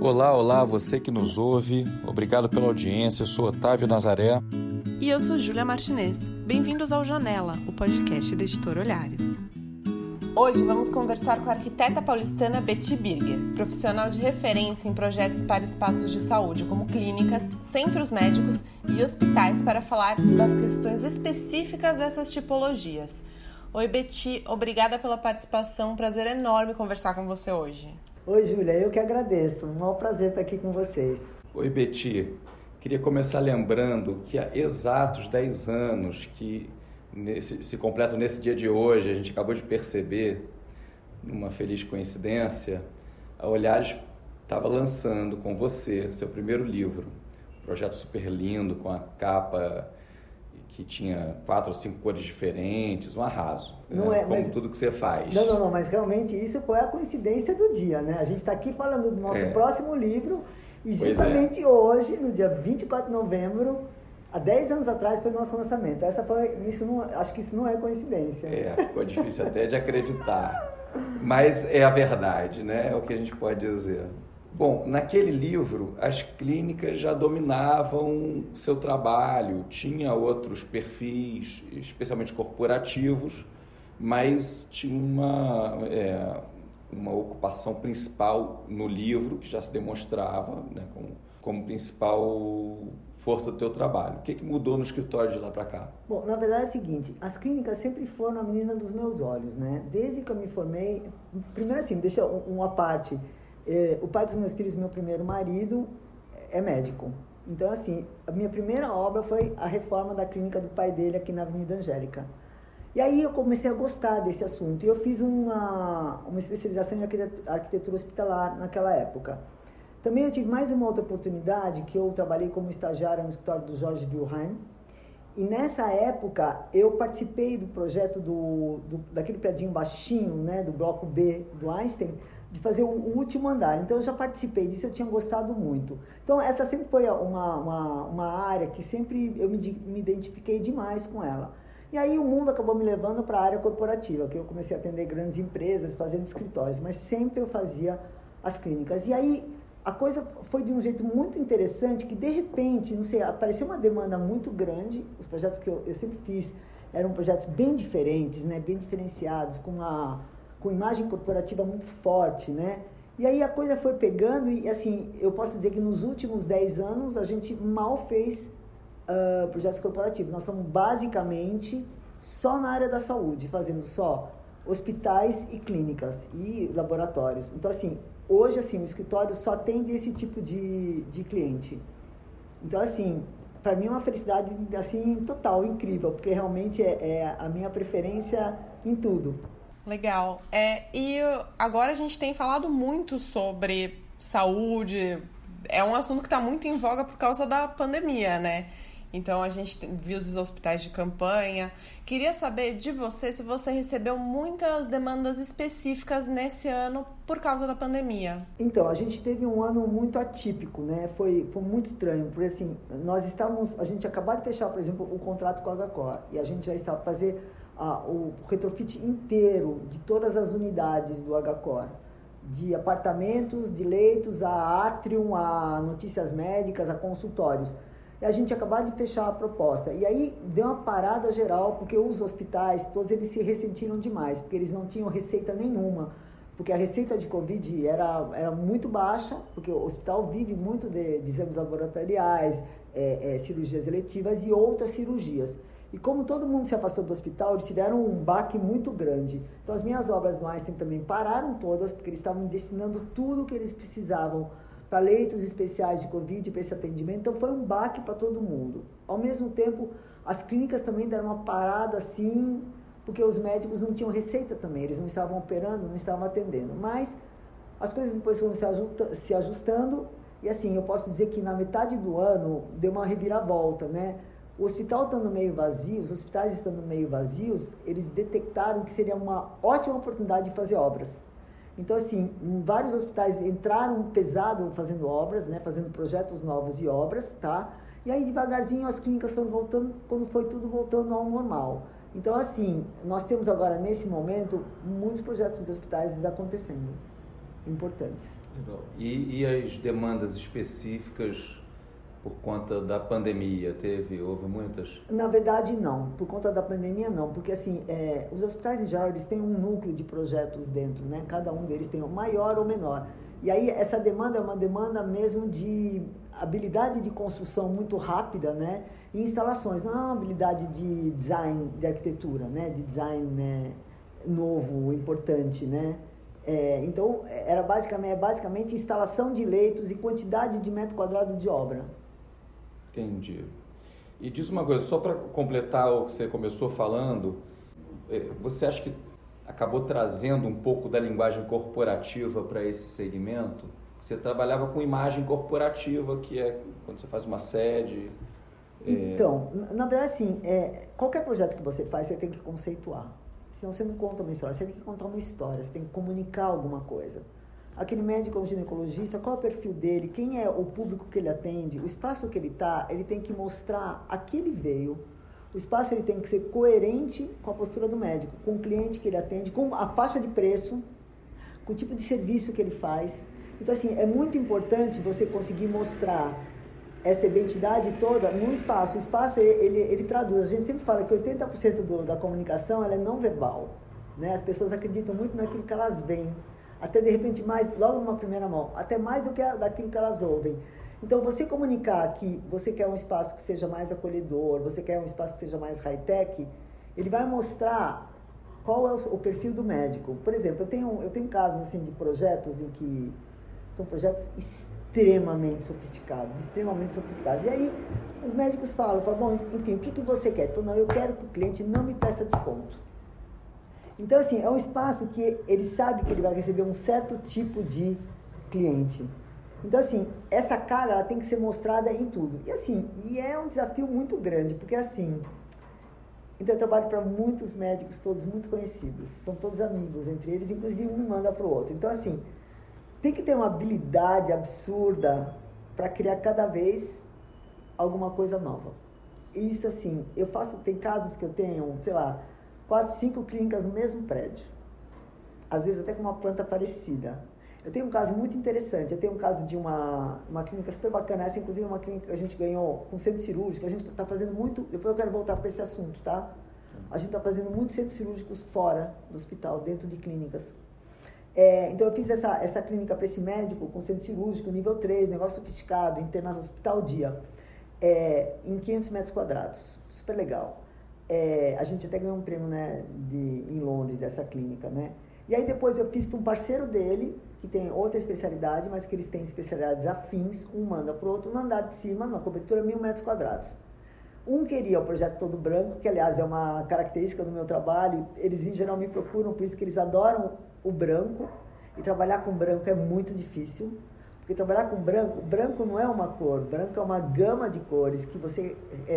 Olá, olá, você que nos ouve. Obrigado pela audiência. Eu sou Otávio Nazaré. E eu sou Júlia Martinez. Bem-vindos ao Janela, o podcast da Editora Olhares. Hoje vamos conversar com a arquiteta paulistana Betty Birger, profissional de referência em projetos para espaços de saúde, como clínicas, centros médicos e hospitais, para falar das questões específicas dessas tipologias. Oi, Betty, obrigada pela participação. Um prazer enorme conversar com você hoje. Oi, Júlia, eu que agradeço. Um maior prazer estar aqui com vocês. Oi, Betty. Queria começar lembrando que há exatos 10 anos que se completam nesse dia de hoje, a gente acabou de perceber, numa feliz coincidência, a Olhares estava lançando com você seu primeiro livro, um projeto super lindo, com a capa que tinha 4 ou 5 cores diferentes, um arraso, não é, como mas... tudo que você faz. Não, mas realmente isso foi a coincidência do dia, né? A gente está aqui falando do nosso próximo livro e justamente hoje, no dia 24 de novembro, há 10 anos atrás, foi o nosso lançamento. Acho que isso não é coincidência. Ficou difícil até de acreditar, mas é a verdade, né? É o que a gente pode dizer. Bom, naquele livro, as clínicas já dominavam seu trabalho, tinha outros perfis, especialmente corporativos, mas tinha uma ocupação principal no livro, que já se demonstrava, né, como principal força do teu trabalho. O que mudou no escritório de lá para cá? Bom, na verdade é o seguinte, as clínicas sempre foram a menina dos meus olhos, né? Desde que eu me formei, primeiro assim, deixa uma parte. O pai dos meus filhos, meu primeiro marido, é médico. Então, assim, a minha primeira obra foi a reforma da clínica do pai dele aqui na Avenida Angélica. E aí eu comecei a gostar desse assunto. E eu fiz uma especialização em arquitetura hospitalar naquela época. Também eu tive mais uma outra oportunidade, que eu trabalhei como estagiária no escritório do Jorge Wilhelm. E nessa época eu participei do projeto daquele predinho baixinho, né, do bloco B do Einstein, de fazer o último andar. Então eu já participei disso, eu tinha gostado muito. Então essa sempre foi uma área que sempre eu me identifiquei demais com ela. E aí o mundo acabou me levando para a área corporativa, que eu comecei a atender grandes empresas, fazendo escritórios, mas sempre eu fazia as clínicas. E aí a coisa foi de um jeito muito interessante, que de repente, não sei, apareceu uma demanda muito grande. Os projetos que eu sempre fiz eram projetos bem diferentes, né, bem diferenciados, com imagem corporativa muito forte, né? E aí a coisa foi pegando e, assim, eu posso dizer que nos últimos 10 anos a gente mal fez projetos corporativos. Nós somos basicamente só na área da saúde, fazendo só hospitais e clínicas e laboratórios. Então, assim, hoje, assim, o escritório só atende esse tipo de cliente. Então, assim, para mim é uma felicidade, assim, total, incrível, porque realmente é a minha preferência em tudo. Legal. E agora a gente tem falado muito sobre saúde. É um assunto que está muito em voga por causa da pandemia, né? Então a gente viu os hospitais de campanha. Queria saber de você se você recebeu muitas demandas específicas nesse ano por causa da pandemia. Então, a gente teve um ano muito atípico, né? Foi muito estranho, porque assim, a gente acabou de fechar, por exemplo, o contrato com a HCOR e a gente já estava a fazer o retrofit inteiro de todas as unidades do HCOR, de apartamentos, de leitos, a átrium, a notícias médicas, a consultórios. E a gente acabou de fechar a proposta. E aí deu uma parada geral, porque os hospitais, todos eles se ressentiram demais, porque eles não tinham receita nenhuma. Porque a receita de Covid era muito baixa, porque o hospital vive muito de exames laboratoriais, cirurgias eletivas e outras cirurgias. E como todo mundo se afastou do hospital, eles tiveram um baque muito grande. Então as minhas obras no Einstein também pararam todas, porque eles estavam destinando tudo o que eles precisavam para leitos especiais de Covid, para esse atendimento. Então foi um baque para todo mundo. Ao mesmo tempo, as clínicas também deram uma parada assim, porque os médicos não tinham receita também, eles não estavam operando, não estavam atendendo. Mas as coisas depois foram se ajustando, e assim, eu posso dizer que na metade do ano deu uma reviravolta, né? O hospital estando meio vazio, os hospitais estando meio vazios, eles detectaram que seria uma ótima oportunidade de fazer obras. Então, assim, vários hospitais entraram pesado fazendo obras, né, fazendo projetos novos e obras, tá? E aí, devagarzinho, as clínicas foram voltando, quando foi tudo voltando ao normal. Então, assim, nós temos agora, nesse momento, muitos projetos de hospitais acontecendo, importantes. Legal. E as demandas específicas por conta da pandemia, houve muitas? Na verdade, não. Por conta da pandemia, não. Porque, assim, os hospitais, em geral, eles têm um núcleo de projetos dentro, né? Cada um deles tem um maior ou menor. E aí, essa demanda é uma demanda mesmo de habilidade de construção muito rápida, né? E instalações. Não é uma habilidade de design, de arquitetura, né? De design, né? Novo, importante, né? Então, era basicamente instalação de leitos e quantidade de metro quadrado de obra. Entendi. E diz uma coisa, só para completar o que você começou falando, você acha que acabou trazendo um pouco da linguagem corporativa para esse segmento? Você trabalhava com imagem corporativa, que é quando você faz uma sede... Então, na verdade, assim, qualquer projeto que você faz, você tem que conceituar. Senão você não conta uma história, você tem que contar uma história, você tem que comunicar alguma coisa. Aquele médico ou ginecologista, qual é o perfil dele, quem é o público que ele atende, o espaço que ele está, ele tem que mostrar a que ele veio. O espaço ele tem que ser coerente com a postura do médico, com o cliente que ele atende, com a faixa de preço, com o tipo de serviço que ele faz. Então, assim, é muito importante você conseguir mostrar essa identidade toda num espaço. O espaço, ele traduz. A gente sempre fala que 80% da comunicação ela é não verbal, né? As pessoas acreditam muito naquilo que elas veem. Até, de repente, mais, logo numa primeira mão, até mais do que daquilo que elas ouvem. Então, você comunicar que você quer um espaço que seja mais acolhedor, você quer um espaço que seja mais high-tech, ele vai mostrar qual é o perfil do médico. Por exemplo, eu tenho casos assim, de projetos em que são projetos extremamente sofisticados. E aí, os médicos falam, bom, enfim, o que você quer? Ele falou, não, eu quero que o cliente não me peça desconto. Então, assim, é um espaço que ele sabe que ele vai receber um certo tipo de cliente. Então, assim, essa cara, ela tem que ser mostrada em tudo. E, assim, é um desafio muito grande, porque, assim, então eu trabalho para muitos médicos, todos muito conhecidos, são todos amigos entre eles, inclusive um manda para o outro. Então, assim, tem que ter uma habilidade absurda para criar cada vez alguma coisa nova. E isso, assim, tem casos que eu tenho, sei lá, 4, 5 clínicas no mesmo prédio. Às vezes até com uma planta parecida. Eu tenho um caso muito interessante. Eu tenho um caso de uma clínica super bacana. Essa, inclusive, é uma clínica que a gente ganhou com centro cirúrgico. A gente está fazendo muito... Depois eu quero voltar para esse assunto, tá? A gente está fazendo muitos centros cirúrgicos fora do hospital, dentro de clínicas. Então, eu fiz essa clínica para esse médico com centro cirúrgico, nível 3, negócio sofisticado, internado hospital dia, em 500 metros quadrados. Super legal. A gente até ganhou um prêmio, né, em Londres, dessa clínica, né? E aí depois eu fiz para um parceiro dele, que tem outra especialidade, mas que eles têm especialidades afins, um manda para o outro, no andar de cima, na cobertura 1.000 metros quadrados. Um queria o projeto todo branco, que aliás é uma característica do meu trabalho, eles em geral me procuram, por isso que eles adoram o branco, e trabalhar com branco é muito difícil, porque trabalhar com branco não é uma cor, branco é uma gama de cores que você...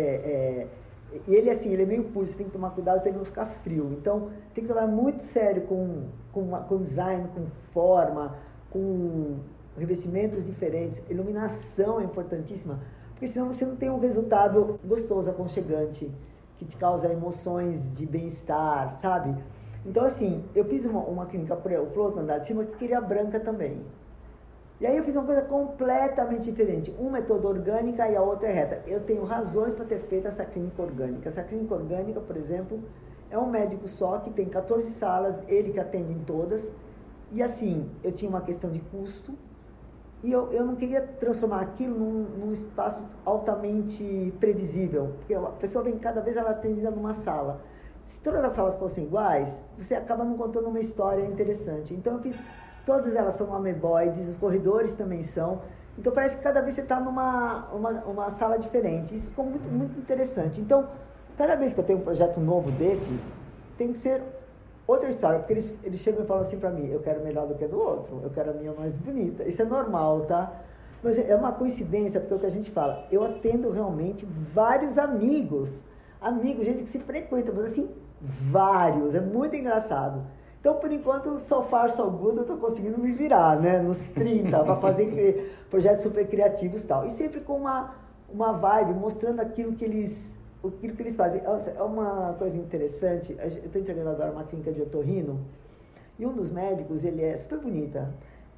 E ele, assim, ele é meio puro, você tem que tomar cuidado para ele não ficar frio. Então, tem que trabalhar muito sério com design, com forma, com revestimentos diferentes. Iluminação é importantíssima, porque senão você não tem um resultado gostoso, aconchegante, que te causa emoções de bem-estar, sabe? Então, assim, eu fiz uma clínica para o outro andar de cima que queria branca também. E aí eu fiz uma coisa completamente diferente. Uma é toda orgânica e a outra é reta. Eu tenho razões para ter feito essa clínica orgânica. Essa clínica orgânica, por exemplo, é um médico só que tem 14 salas, ele que atende em todas. E assim, eu tinha uma questão de custo e eu não queria transformar aquilo num espaço altamente previsível. Porque a pessoa vem, cada vez ela atendida numa sala. Se todas as salas fossem iguais, você acaba não contando uma história interessante. Então eu fiz... Todas elas são ameboides, os corredores também são. Então, parece que cada vez você está numa sala diferente. Isso ficou muito, muito interessante. Então, cada vez que eu tenho um projeto novo desses, tem que ser outra história. Porque eles chegam e falam assim para mim, eu quero melhor do que a do outro, eu quero a minha mais bonita. Isso é normal, tá? Mas é uma coincidência, porque é o que a gente fala. Eu atendo realmente vários amigos, gente que se frequenta, mas assim, vários. É muito engraçado. Então, por enquanto, so far, so good, eu estou conseguindo me virar, né? Nos 30, para fazer projetos super criativos e tal. E sempre com uma vibe, mostrando aquilo que eles fazem. É uma coisa interessante, eu estou entregando agora uma clínica de otorrino, e um dos médicos, ele é super bonita.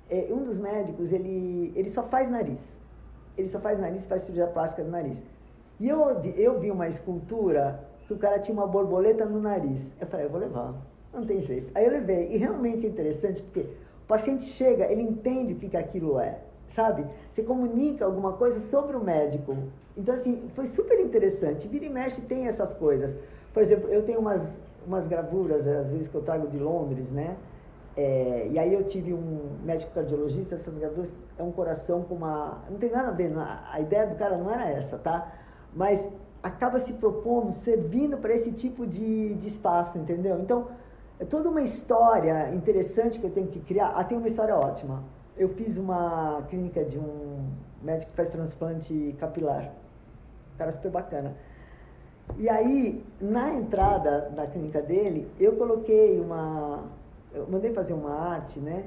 um dos médicos, ele só faz nariz. Ele só faz nariz, faz cirurgia plástica do nariz. E eu vi uma escultura que o cara tinha uma borboleta no nariz. Eu falei, eu vou levar, não tem jeito. Aí eu levei, e realmente é interessante, porque o paciente chega, ele entende o que aquilo é, sabe? Você comunica alguma coisa sobre o médico. Então, assim, foi super interessante. Vira e mexe tem essas coisas. Por exemplo, eu tenho umas gravuras, às vezes, que eu trago de Londres, né? E aí eu tive um médico cardiologista, essas gravuras é um coração com uma... Não tem nada a ver, a ideia do cara não era essa, tá? Mas acaba se propondo, servindo para esse tipo de espaço, entendeu? Então, é toda uma história interessante que eu tenho que criar. Tem uma história ótima. Eu fiz uma clínica de um médico que faz transplante capilar. Um cara super bacana. E aí, na entrada da clínica dele, eu coloquei eu mandei fazer uma arte, né?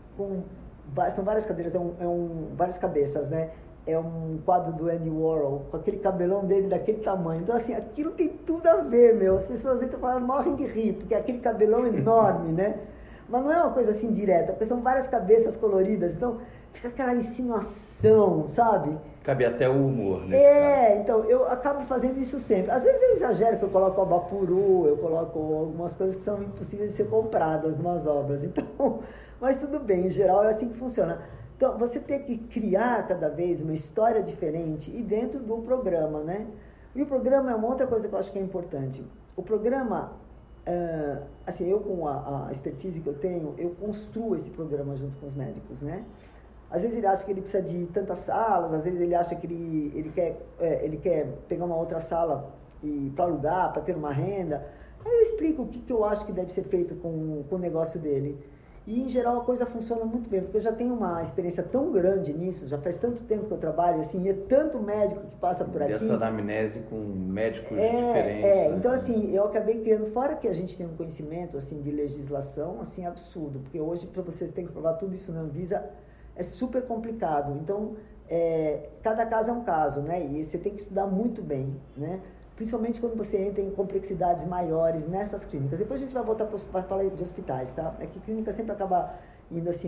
São várias cadeiras, várias cabeças, né? É um quadro do Andy Warhol, com aquele cabelão dele daquele tamanho. Então, assim, aquilo tem tudo a ver, meu. As pessoas entram falando, morrem de rir, porque é aquele cabelão enorme, né? Mas não é uma coisa assim direta, porque são várias cabeças coloridas. Então, fica aquela insinuação, sabe? Cabe até o humor nesse caso. Então, eu acabo fazendo isso sempre. Às vezes eu exagero, que eu coloco abapuru, eu coloco algumas coisas que são impossíveis de ser compradas nas obras. Então, mas tudo bem, em geral é assim que funciona. Então, você tem que criar cada vez uma história diferente e dentro do programa, né? E o programa é uma outra coisa que eu acho que é importante. O programa, assim, eu com a expertise que eu tenho, eu construo esse programa junto com os médicos, né? Às vezes ele acha que ele precisa de tantas salas, às vezes ele acha que ele quer pegar uma outra sala para alugar, para ter uma renda. Aí eu explico o que eu acho que deve ser feito com o negócio dele. E, em geral, a coisa funciona muito bem, porque eu já tenho uma experiência tão grande nisso, já faz tanto tempo que eu trabalho, assim, e é tanto médico que passa por aqui. Dessa anamnese com médicos diferentes. Né? Então, assim, eu acabei criando, fora que a gente tem um conhecimento, assim, de legislação, assim, absurdo, porque hoje, para você ter que provar tudo isso na Anvisa, é super complicado. Então, cada caso é um caso, né? E você tem que estudar muito bem, né? Principalmente quando você entra em complexidades maiores nessas clínicas. Depois a gente vai voltar para falar de hospitais, tá? É que clínica sempre acaba indo assim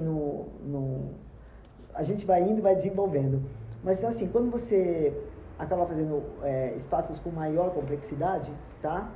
a gente vai indo e vai desenvolvendo. Mas então assim, quando você acaba fazendo espaços com maior complexidade, tá?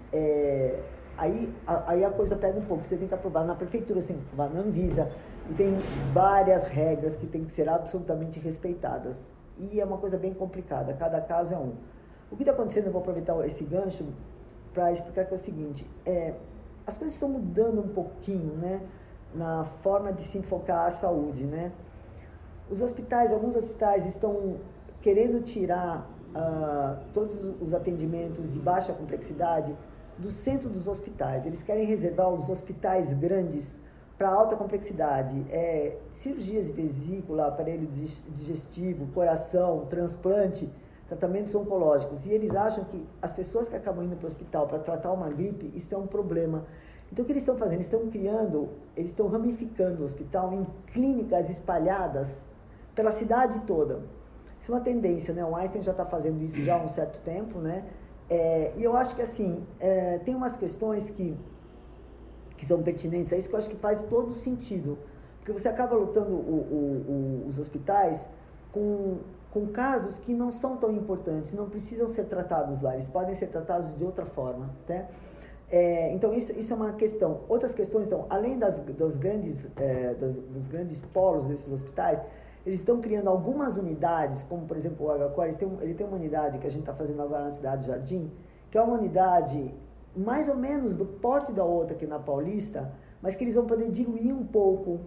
Aí a coisa pega um pouco. Você tem que aprovar na prefeitura, você tem que aprovar na Anvisa. E tem várias regras que têm que ser absolutamente respeitadas. E é uma coisa bem complicada. Cada caso é um. O que está acontecendo, eu vou aproveitar esse gancho para explicar que é o seguinte, as coisas estão mudando um pouquinho, né, na forma de se enfocar a saúde, né. Alguns hospitais estão querendo tirar todos os atendimentos de baixa complexidade do centro dos hospitais. Eles querem reservar os hospitais grandes para alta complexidade, cirurgias de vesícula, aparelho digestivo, coração, transplante, tratamentos oncológicos, e eles acham que as pessoas que acabam indo para o hospital para tratar uma gripe, isso é um problema. Então, o que eles estão fazendo? Eles estão ramificando o hospital em clínicas espalhadas pela cidade toda. Isso é uma tendência, né? O Einstein já está fazendo isso já há um certo tempo, né? E eu acho que, assim, tem umas questões que são pertinentes a isso, que eu acho que faz todo sentido, porque você acaba lutando os hospitais com casos que não são tão importantes, não precisam ser tratados lá, eles podem ser tratados de outra forma, né? Então, isso é uma questão. Outras questões, então, além dos grandes polos desses hospitais, eles estão criando algumas unidades, como, por exemplo, o HCOR, ele tem uma unidade que a gente está fazendo agora na cidade de Jardim, que é uma unidade mais ou menos do porte da outra aqui na Paulista, mas que eles vão poder diluir um pouco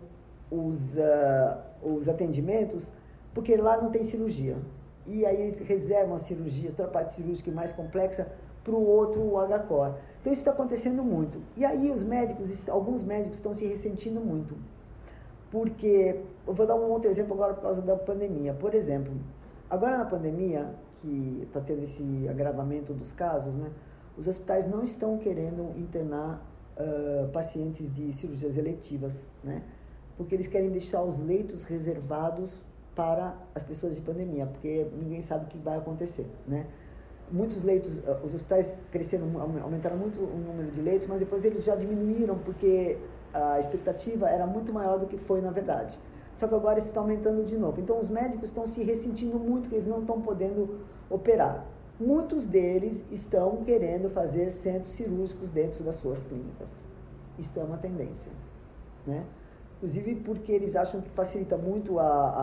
os atendimentos, porque lá não tem cirurgia. E aí eles reservam as cirurgias, toda a parte cirúrgica mais complexa, para o outro HCOR. Então isso está acontecendo muito. E aí alguns médicos estão se ressentindo muito. Porque, eu vou dar um outro exemplo agora por causa da pandemia. Por exemplo, agora na pandemia, que está tendo esse agravamento dos casos, né, os hospitais não estão querendo internar pacientes de cirurgias eletivas, né, porque eles querem deixar os leitos reservados para as pessoas de pandemia, porque ninguém sabe o que vai acontecer, né? Muitos leitos, os hospitais cresceram, aumentaram muito o número de leitos, mas depois eles já diminuíram, porque a expectativa era muito maior do que foi na verdade. Só que agora isso está aumentando de novo. Então, os médicos estão se ressentindo muito que eles não estão podendo operar. Muitos deles estão querendo fazer centros cirúrgicos dentro das suas clínicas. Isso é uma tendência, né? Inclusive porque eles acham que facilita muito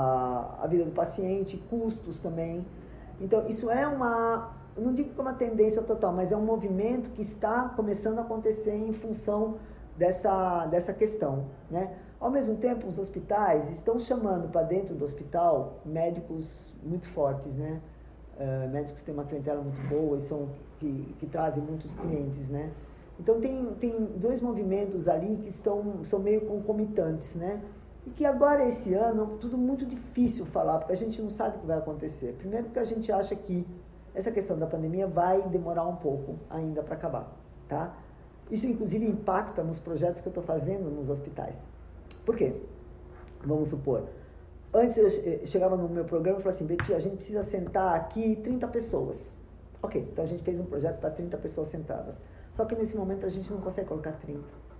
a vida do paciente, custos também. Então, isso é eu não digo que é uma tendência total, mas é um movimento que está começando a acontecer em função dessa questão, né? Ao mesmo tempo, os hospitais estão chamando para dentro do hospital médicos muito fortes, né? Médicos que têm uma clientela muito boa e que trazem muitos clientes, né? Então, tem dois movimentos ali que são meio concomitantes, né? E que agora, esse ano, tudo muito difícil falar, porque a gente não sabe o que vai acontecer. Primeiro porque a gente acha que essa questão da pandemia vai demorar um pouco ainda para acabar, tá? Isso, inclusive, impacta nos projetos que eu estou fazendo nos hospitais. Por quê? Vamos supor, antes eu chegava no meu programa e falava assim, Betty, a gente precisa sentar aqui 30 pessoas. Ok, então a gente fez um projeto para 30 pessoas sentadas. Só que nesse momento a gente não consegue colocar 30.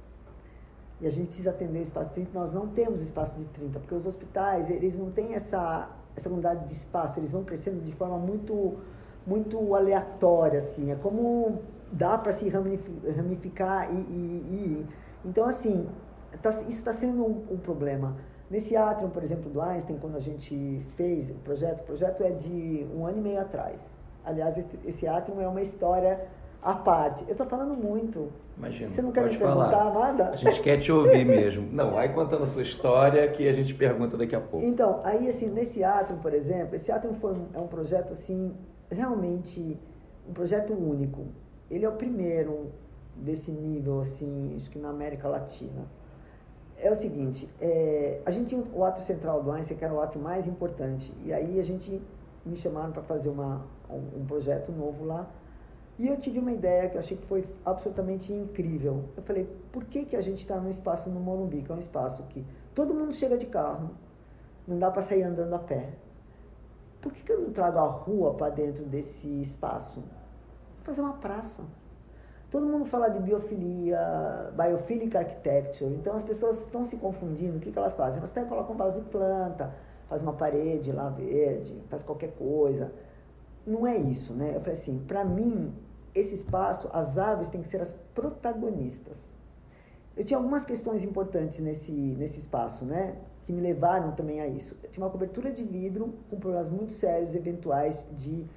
E a gente precisa atender o espaço de 30, nós não temos espaço de 30, porque os hospitais, eles não têm essa unidade de espaço, eles vão crescendo de forma muito aleatória, assim, é como dá para se ramificar e então, assim, isso está sendo um problema. Nesse Atrium, por exemplo, do Einstein, quando a gente fez o projeto é de 1 ano e meio atrás. Aliás, esse Atrium é uma história à parte. Eu estou falando muito. Imagina. Você não quer me perguntar nada? A gente quer te ouvir mesmo. Não, vai contando a sua história que a gente pergunta daqui a pouco. Então, aí assim, nesse Atrium, por exemplo, esse Atrium é um projeto assim, realmente um projeto único. Ele é o primeiro desse nível, assim, acho que na América Latina. É o seguinte, a gente tinha o Atrium Central do Einstein, que era o atrium mais importante, e aí me chamaram para fazer um projeto novo lá, e eu tive uma ideia que eu achei que foi absolutamente incrível. Eu falei, por que a gente está num espaço no Morumbi, que é um espaço que todo mundo chega de carro, não dá para sair andando a pé? Por que eu não trago a rua para dentro desse espaço? Vou fazer uma praça. Todo mundo fala de biofilia, biophilic architecture, então as pessoas estão se confundindo. O que elas fazem? Elas pegam e colocam um vaso de planta, faz uma parede lá verde, faz qualquer coisa. Não é isso, né? Eu falei assim, para mim, esse espaço, as árvores têm que ser as protagonistas. Eu tinha algumas questões importantes nesse espaço, né? Que me levaram também a isso. Eu tinha uma cobertura de vidro com problemas muito sérios, eventuais de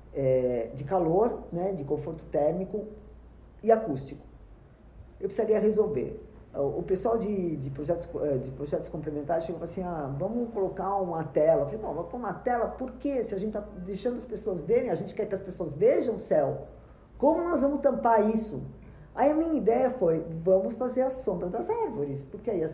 calor, né? De conforto térmico e acústico. Eu precisaria resolver. O pessoal de projetos complementares chegou e falou assim, vamos colocar uma tela. Eu falei, bom, vamos pôr uma tela, por quê? Se a gente está deixando as pessoas verem, a gente quer que as pessoas vejam o céu. Como nós vamos tampar isso? Aí a minha ideia foi, vamos fazer a sombra das árvores, porque aí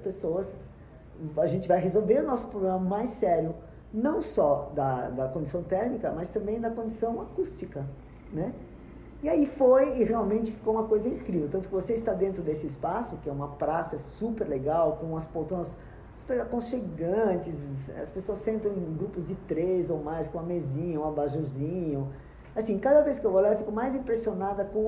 a gente vai resolver o nosso problema mais sério, não só da condição térmica, mas também da condição acústica, né? E aí e realmente ficou uma coisa incrível. Tanto que você está dentro desse espaço, que é uma praça super legal, com umas poltronas super aconchegantes, as pessoas sentam em grupos de 3 ou mais, com uma mesinha, um abajurzinho. Assim, cada vez que eu vou lá, eu fico mais impressionada com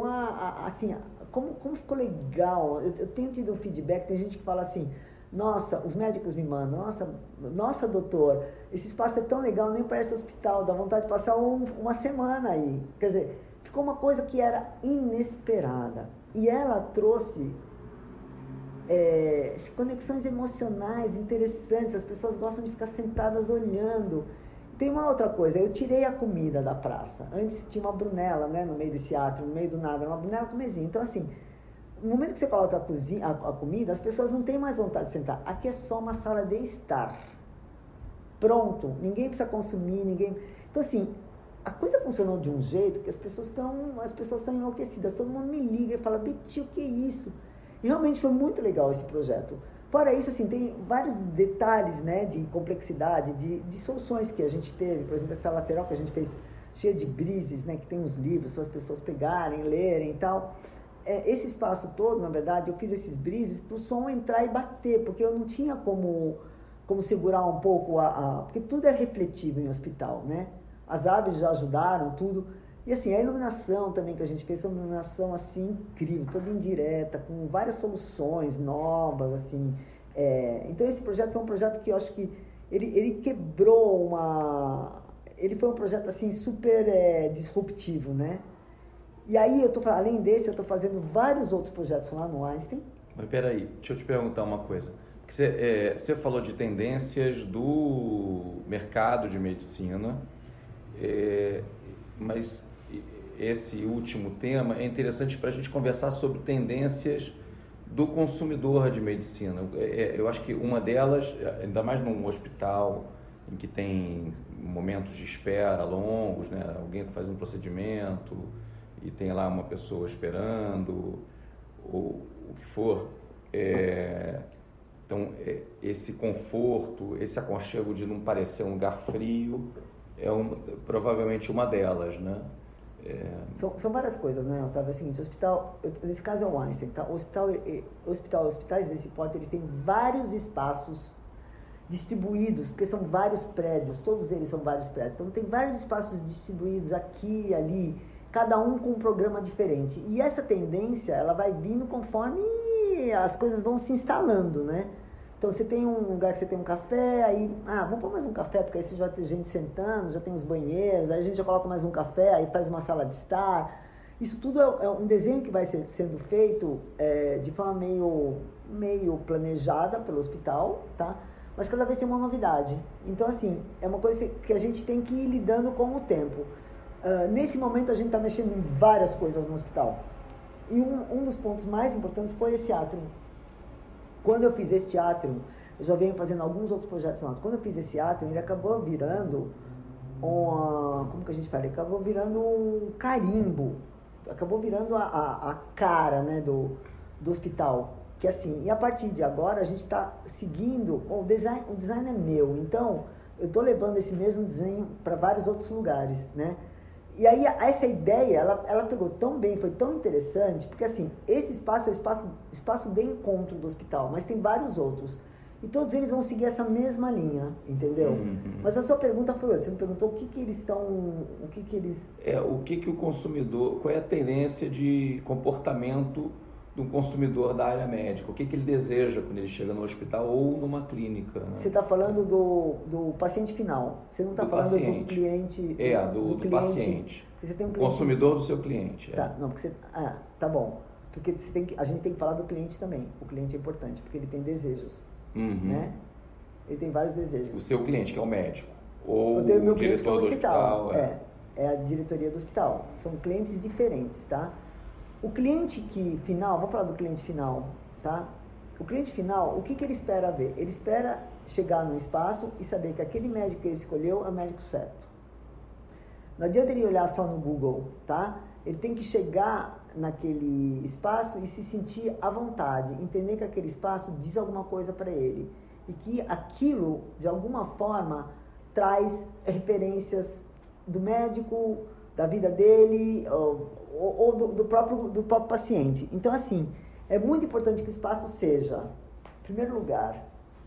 como ficou legal. Eu tenho tido um feedback, tem gente que fala assim, nossa, os médicos me mandam, nossa doutor, esse espaço é tão legal, nem parece hospital, dá vontade de passar uma semana aí. Quer dizer, ficou uma coisa que era inesperada. E ela trouxe conexões emocionais interessantes, as pessoas gostam de ficar sentadas olhando. Tem uma outra coisa, eu tirei a comida da praça. Antes tinha uma brunella, né, no meio desse átrio, no meio do nada, uma brunella com mesinha. Então, assim, no momento que você coloca a comida, as pessoas não têm mais vontade de sentar. Aqui é só uma sala de estar. Pronto, ninguém precisa consumir, ninguém... Então, assim, a coisa funcionou de um jeito que as pessoas estão enlouquecidas. Todo mundo me liga e fala, Betty, o que é isso? E realmente foi muito legal esse projeto. Fora isso, assim, tem vários detalhes, né, de complexidade, de soluções que a gente teve. Por exemplo, essa lateral que a gente fez cheia de brises, né, que tem uns livros para as pessoas pegarem, lerem e tal. Esse espaço todo, na verdade, eu fiz esses brises para o som entrar e bater, porque eu não tinha como segurar um pouco porque tudo é refletivo em hospital, né? As árvores já ajudaram, tudo. E assim, a iluminação também que a gente fez, foi uma iluminação assim incrível, toda indireta, com várias soluções novas, assim. Então esse projeto foi um projeto que eu acho que ele quebrou ele foi um projeto assim super disruptivo, né? E aí além desse, eu estou fazendo vários outros projetos lá no Einstein. Mas peraí, deixa eu te perguntar uma coisa. Você falou de tendências do mercado de medicina, mas esse último tema é interessante para a gente conversar sobre tendências do consumidor de medicina. Eu acho que uma delas, ainda mais num hospital em que tem momentos de espera longos, né? Alguém faz um procedimento e tem lá uma pessoa esperando, ou o que for. Então, esse conforto, esse aconchego de não parecer um lugar frio, provavelmente uma delas, né? São várias coisas, né, Otávio? É o seguinte, nesse caso é o Einstein, tá? Hospitais desse porte, eles têm vários espaços distribuídos, porque são vários prédios, todos eles são vários prédios. Então, tem vários espaços distribuídos aqui e ali, cada um com um programa diferente. E essa tendência, ela vai vindo conforme as coisas vão se instalando, né? Então, você tem um lugar que você tem um café, aí, vamos pôr mais um café, porque aí você já tem gente sentando, já tem os banheiros, aí a gente já coloca mais um café, aí faz uma sala de estar. Isso tudo é um desenho que vai sendo feito de forma meio planejada pelo hospital, tá? Mas cada vez tem uma novidade. Então, assim, é uma coisa que a gente tem que ir lidando com o tempo. Nesse momento, a gente está mexendo em várias coisas no hospital. E um dos pontos mais importantes foi esse átrio. Quando eu fiz esse átrio, eu já venho fazendo alguns outros projetos lá. Quando eu fiz esse átrio, ele acabou virando como que a gente fala? Ele acabou virando um carimbo. Acabou virando a cara, né, do hospital. Que assim, e a partir de agora a gente está seguindo, o design é meu, então eu estou levando esse mesmo desenho para vários outros lugares, né? E aí essa ideia, ela pegou tão bem, foi tão interessante, porque assim, esse espaço é o espaço de encontro do hospital, mas tem vários outros. E todos eles vão seguir essa mesma linha, entendeu? Uhum. Mas a sua pergunta foi outra, você me perguntou o que eles estão, o que o consumidor, qual é a tendência de comportamento do consumidor da área médica, o que ele deseja quando ele chega no hospital ou numa clínica, né? Você está falando do paciente final, você não está falando paciente. Do cliente... do paciente. Você tem um cliente... Consumidor do seu cliente. Tá, não, porque tá bom. Porque a gente tem que falar do cliente também. O cliente é importante, porque ele tem desejos, né? Ele tem vários desejos. O seu cliente, que é o médico, ou o meu diretor do hospital. É a diretoria do hospital. São clientes diferentes, tá? O cliente final, vamos falar do cliente final, tá? O cliente final, o que ele espera ver? Ele espera chegar no espaço e saber que aquele médico que ele escolheu é o médico certo. Não adianta ele olhar só no Google, tá? Ele tem que chegar naquele espaço e se sentir à vontade, entender que aquele espaço diz alguma coisa para ele e que aquilo, de alguma forma, traz referências do médico, da vida dele ou do próprio paciente. Então, assim, é muito importante que o espaço seja, em primeiro lugar,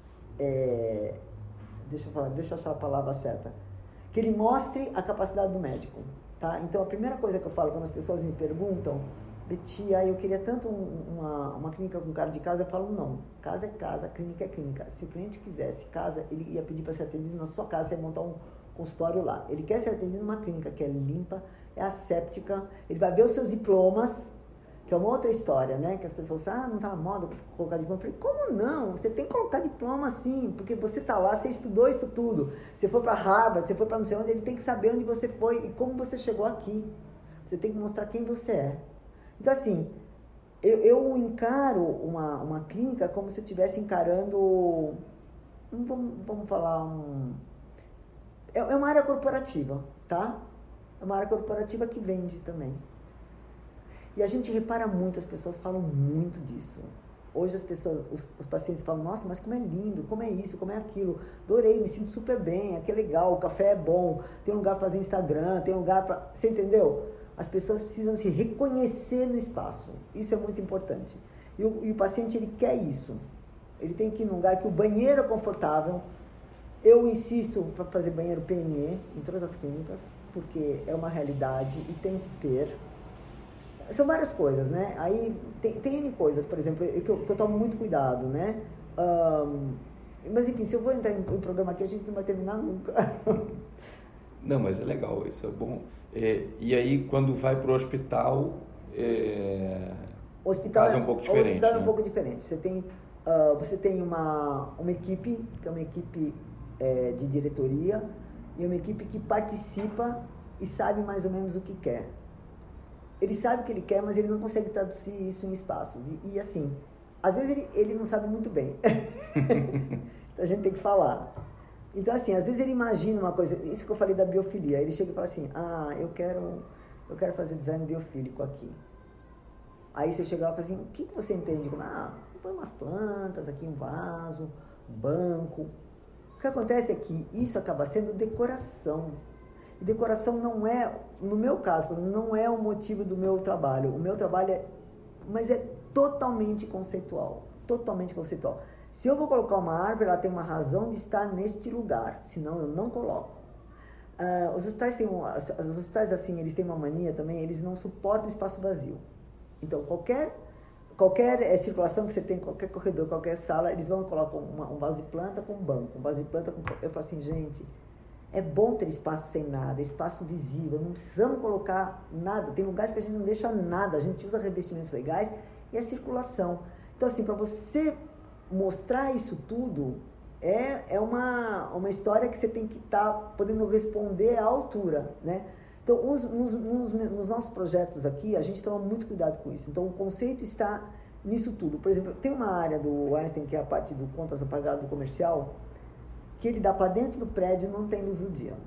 deixa eu achar a palavra certa, que ele mostre a capacidade do médico, tá? Então, a primeira coisa que eu falo quando as pessoas me perguntam, Betty, eu queria tanto uma clínica com cara de casa, eu falo, não, casa é casa, clínica é clínica. Se o cliente quisesse casa, ele ia pedir para ser atendido na sua casa, você ia montar um consultório lá. Ele quer ser atendido numa clínica que é limpa, é asséptica, ele vai ver os seus diplomas, que é uma outra história, né? Que as pessoas falam, não tá na moda colocar diploma. Eu falei, como não? Você tem que colocar diploma sim, porque você tá lá, você estudou isso tudo. Você foi para Harvard, você foi para não sei onde, ele tem que saber onde você foi e como você chegou aqui. Você tem que mostrar quem você é. Então, assim, eu encaro uma clínica como se eu estivesse encarando, vamos falar, é uma área corporativa, tá? É uma área corporativa que vende também. E a gente repara muito, as pessoas falam muito disso. Hoje os pacientes falam, nossa, mas como é lindo, como é isso, como é aquilo. Adorei, me sinto super bem, aqui é legal, o café é bom, tem um lugar para fazer Instagram, tem um lugar para... Você entendeu? As pessoas precisam se reconhecer no espaço. Isso é muito importante. E o paciente, ele quer isso. Ele tem que ir num lugar que o banheiro é confortável. Eu insisto para fazer banheiro PNE em todas as clínicas, porque é uma realidade e tem que ter. São várias coisas, né? Aí tem N coisas, por exemplo, que eu tomo muito cuidado, né? Mas enfim, se eu vou entrar em programa aqui, a gente não vai terminar nunca. Não, mas é legal, isso é bom. E aí, quando vai para o hospital, o hospital é um pouco diferente. O hospital é um né? pouco diferente. Você tem uma equipe, que é uma equipe de diretoria, e uma equipe que participa e sabe mais ou menos o que quer. Ele sabe o que ele quer, mas ele não consegue traduzir isso em espaços. E assim, às vezes ele não sabe muito bem. Então a gente tem que falar. Então assim, às vezes ele imagina uma coisa, isso que eu falei da biofilia, ele chega e fala assim, eu quero fazer design biofílico aqui. Aí você chega lá e fala assim, o que você entende? Põe umas plantas aqui, um vaso, um banco. O que acontece é que isso acaba sendo decoração. E decoração não é, no meu caso, não é o motivo do meu trabalho. O meu trabalho mas é totalmente conceitual. Totalmente conceitual. Se eu vou colocar uma árvore, ela tem uma razão de estar neste lugar, senão eu não coloco. Os hospitais assim, eles têm uma mania também, eles não suportam espaço vazio. Então, qualquer circulação que você tem, qualquer corredor, qualquer sala, eles vão colocar um vaso de planta com um banco, um vaso de planta com... Eu falo assim, gente, é bom ter espaço sem nada, espaço visível, não precisamos colocar nada. Tem lugares que a gente não deixa nada, a gente usa revestimentos legais e a circulação. Então, assim, para você mostrar isso tudo, é uma história que você tem que estar podendo responder à altura, né? Então, nos nossos projetos aqui, a gente toma muito cuidado com isso. Então, o conceito está nisso tudo. Por exemplo, tem uma área do Einstein, que é a parte do contas apagadas do comercial, que ele dá para dentro do prédio e não tem luz do dia.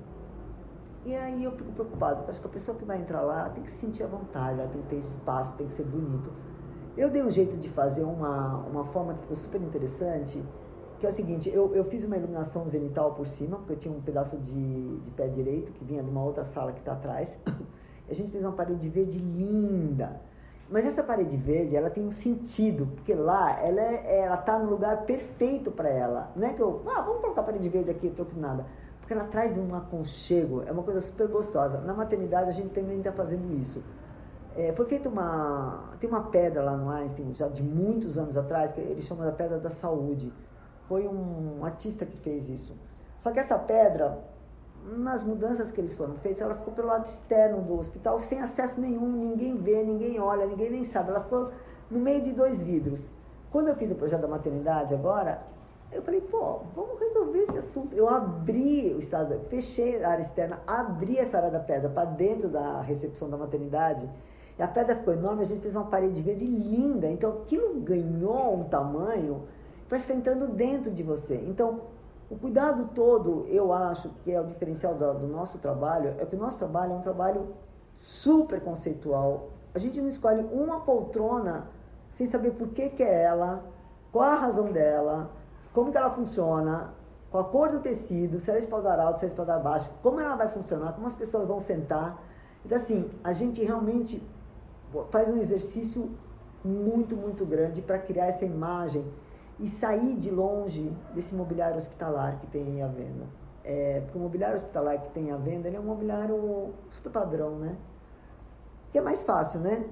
E aí eu fico preocupado, porque eu acho que a pessoa que vai entrar lá tem que se sentir à vontade, ela tem que ter espaço, tem que ser bonito. Eu dei um jeito de fazer uma forma que ficou super interessante, que é o seguinte, eu fiz uma iluminação zenital por cima, porque eu tinha um pedaço de pé direito, que vinha de uma outra sala que está atrás. A gente fez uma parede verde linda. Mas essa parede verde, ela tem um sentido, porque lá, ela está no lugar perfeito para ela. Não é que vamos colocar a parede verde aqui, troco nada. Porque ela traz um aconchego, é uma coisa super gostosa. Na maternidade, a gente também está fazendo isso. Foi feita tem uma pedra lá no Einstein, já de muitos anos atrás, que eles chamam da Pedra da Saúde. Foi um artista que fez isso. Só que essa pedra, nas mudanças que eles foram feitas, ela ficou pelo lado externo do hospital, sem acesso nenhum, ninguém vê, ninguém olha, ninguém nem sabe. Ela ficou no meio de 2 vidros. Quando eu fiz o projeto da maternidade agora, eu falei, vamos resolver esse assunto. Eu abri fechei a área externa, abri essa área da pedra para dentro da recepção da maternidade, e a pedra ficou enorme, a gente fez uma parede verde linda, então aquilo ganhou um tamanho, parece que está entrando dentro de você. Então, o cuidado todo, eu acho que é o diferencial do nosso trabalho, é que o nosso trabalho é um trabalho super conceitual. A gente não escolhe uma poltrona sem saber por que é ela, qual a razão dela, como que ela funciona, qual a cor do tecido, se ela é espaldar alto, se ela é espaldar baixo, como ela vai funcionar, como as pessoas vão sentar. Então, assim, a gente realmente faz um exercício muito, muito grande para criar essa imagem e sair de longe desse mobiliário hospitalar que tem à venda. Porque o mobiliário hospitalar que tem à venda, ele é um mobiliário super padrão, né? Que é mais fácil, né?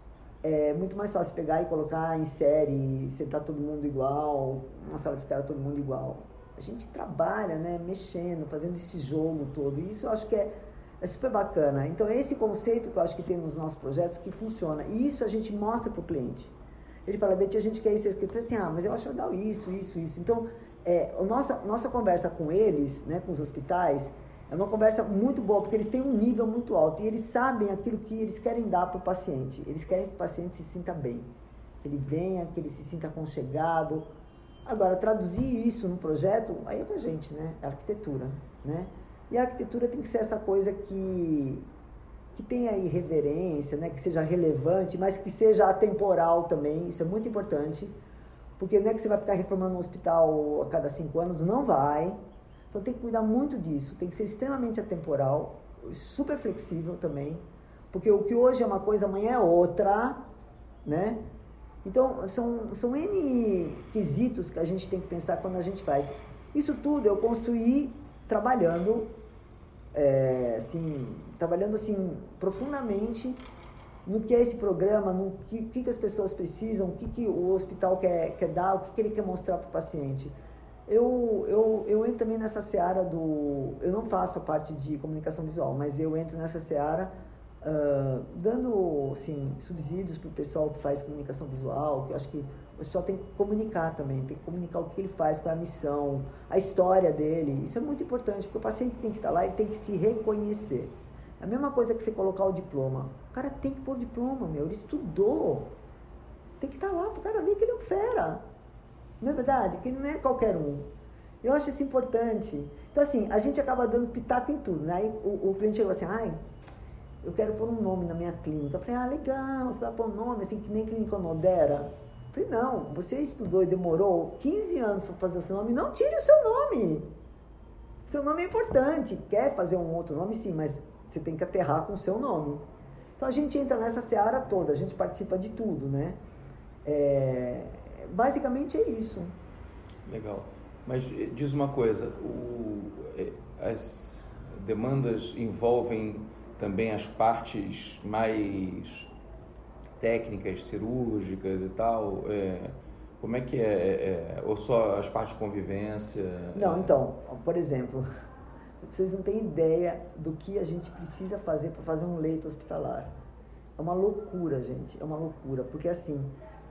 É muito mais fácil pegar e colocar em série, sentar todo mundo igual, uma sala de espera todo mundo igual. A gente trabalha, né? Mexendo, fazendo esse jogo todo. E isso eu acho que é super bacana. Então, é esse conceito que eu acho que tem nos nossos projetos que funciona. E isso a gente mostra para o cliente. Ele fala, Betty, a gente quer isso. Eu falo assim, mas eu acho legal isso. Então, nossa conversa com eles, né, com os hospitais, é uma conversa muito boa, porque eles têm um nível muito alto e eles sabem aquilo que eles querem dar para o paciente. Eles querem que o paciente se sinta bem, que ele venha, que ele se sinta aconchegado. Agora, traduzir isso no projeto, aí é com a gente, né? É a arquitetura, né? E a arquitetura tem que ser essa coisa que tenha irreverência, né? Que seja relevante, mas que seja atemporal também. Isso é muito importante, porque não é que você vai ficar reformando um hospital a cada 5 anos, não vai. Então tem que cuidar muito disso, tem que ser extremamente atemporal, super flexível também, porque o que hoje é uma coisa, amanhã é outra, né? Então são N quesitos que a gente tem que pensar quando a gente faz. Isso tudo eu construí trabalhando profundamente no que é esse programa, no que as pessoas precisam, o que o hospital quer dar, o que ele quer mostrar para o paciente. Eu entro também nessa seara do... Eu não faço a parte de comunicação visual, mas eu entro nessa seara dando, assim, subsídios para o pessoal que faz comunicação visual, que eu acho que o pessoal tem que comunicar também, tem que comunicar o que ele faz, qual é a missão, a história dele. Isso é muito importante, porque o paciente tem que estar lá, ele tem que se reconhecer. A mesma coisa que você colocar o diploma. O cara tem que pôr o diploma, ele estudou. Tem que estar lá para o cara ver que ele é um fera. Não é verdade? Que ele não é qualquer um. Eu acho isso importante. Então, assim, a gente acaba dando pitaco em tudo, né? Aí o cliente chegou assim, eu quero pôr um nome na minha clínica. Eu falei, legal, você vai pôr um nome, assim, que nem Clínica Onodera. Eu falei, não, você estudou e demorou 15 anos para fazer o seu nome, não tire o seu nome. Seu nome é importante. Quer fazer um outro nome, sim, mas você tem que aterrar com o seu nome. Então, a gente entra nessa seara toda, a gente participa de tudo, né? Basicamente é isso. Legal. Mas diz uma coisa, as demandas envolvem também as partes mais técnicas, cirúrgicas e tal? Como é que ou só as partes de convivência? Não, então, por exemplo, vocês não têm ideia do que a gente precisa fazer para fazer um leito hospitalar. É uma loucura, gente, é uma loucura, porque assim,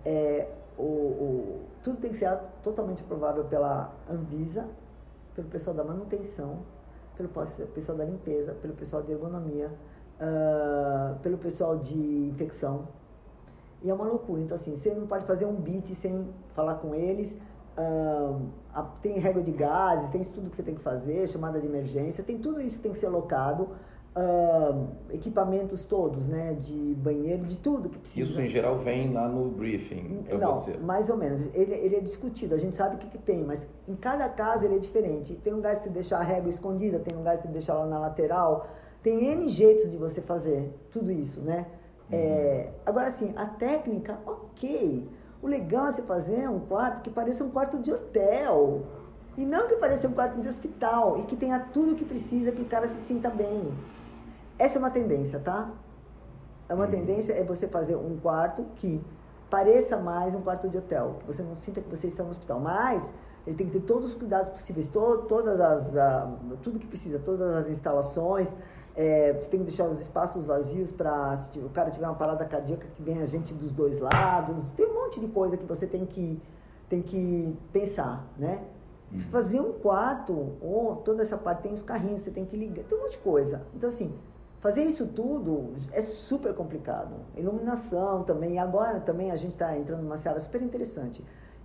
tudo tem que ser totalmente aprovável pela Anvisa, pelo pessoal da manutenção, pelo pessoal da limpeza, pelo pessoal de ergonomia, pelo pessoal de infecção. E é uma loucura. Então, assim, você não pode fazer um BIT sem falar com eles. Tem regra de gases, tem estudo que você tem que fazer, chamada de emergência, tem tudo isso que tem que ser alocado. Equipamentos todos, né, de banheiro, de tudo que precisa. Isso em geral vem lá no briefing para você? Não, mais ou menos. Ele é discutido, a gente sabe o que tem, mas em cada caso ele é diferente. Tem lugares que você deixar a régua escondida, tem lugares que você deixar ela na lateral, tem N jeitos de você fazer tudo isso, né? Agora, assim, a técnica, ok. O legal é você fazer um quarto que pareça um quarto de hotel. E não que pareça um quarto de hospital. E que tenha tudo o que precisa, que o cara se sinta bem. Essa é uma tendência, tá? Uma tendência é você fazer um quarto que pareça mais um quarto de hotel. Que você não sinta que você está no hospital. Mas ele tem que ter todos os cuidados possíveis. Tudo que precisa, todas as instalações. Você tem que deixar os espaços vazios para, se o cara tiver uma parada cardíaca, que venha gente dos dois lados. Tem um monte de coisa que você tem que pensar, né? Você fazer um quarto, ou toda essa parte, tem os carrinhos, você tem que ligar, tem um monte de coisa. Então, assim, fazer isso tudo é super complicado. Iluminação também, e agora também a gente está entrando numa seara super interessante.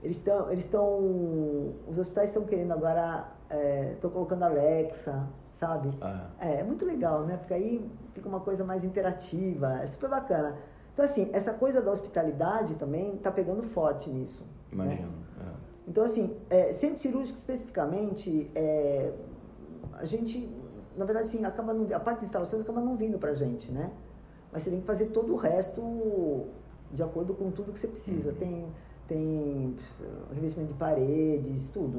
Os hospitais estão querendo agora, estão colocando Alexa, sabe? É muito legal, né? Porque aí fica uma coisa mais interativa, é super bacana. Então, assim, essa coisa da hospitalidade também está pegando forte nisso. Imagino. Né? Então, assim, centro cirúrgico especificamente, a gente, na verdade, assim, a parte de instalações acaba não vindo pra gente, né? Mas você tem que fazer todo o resto de acordo com tudo que você precisa. Tem revestimento de paredes, tudo.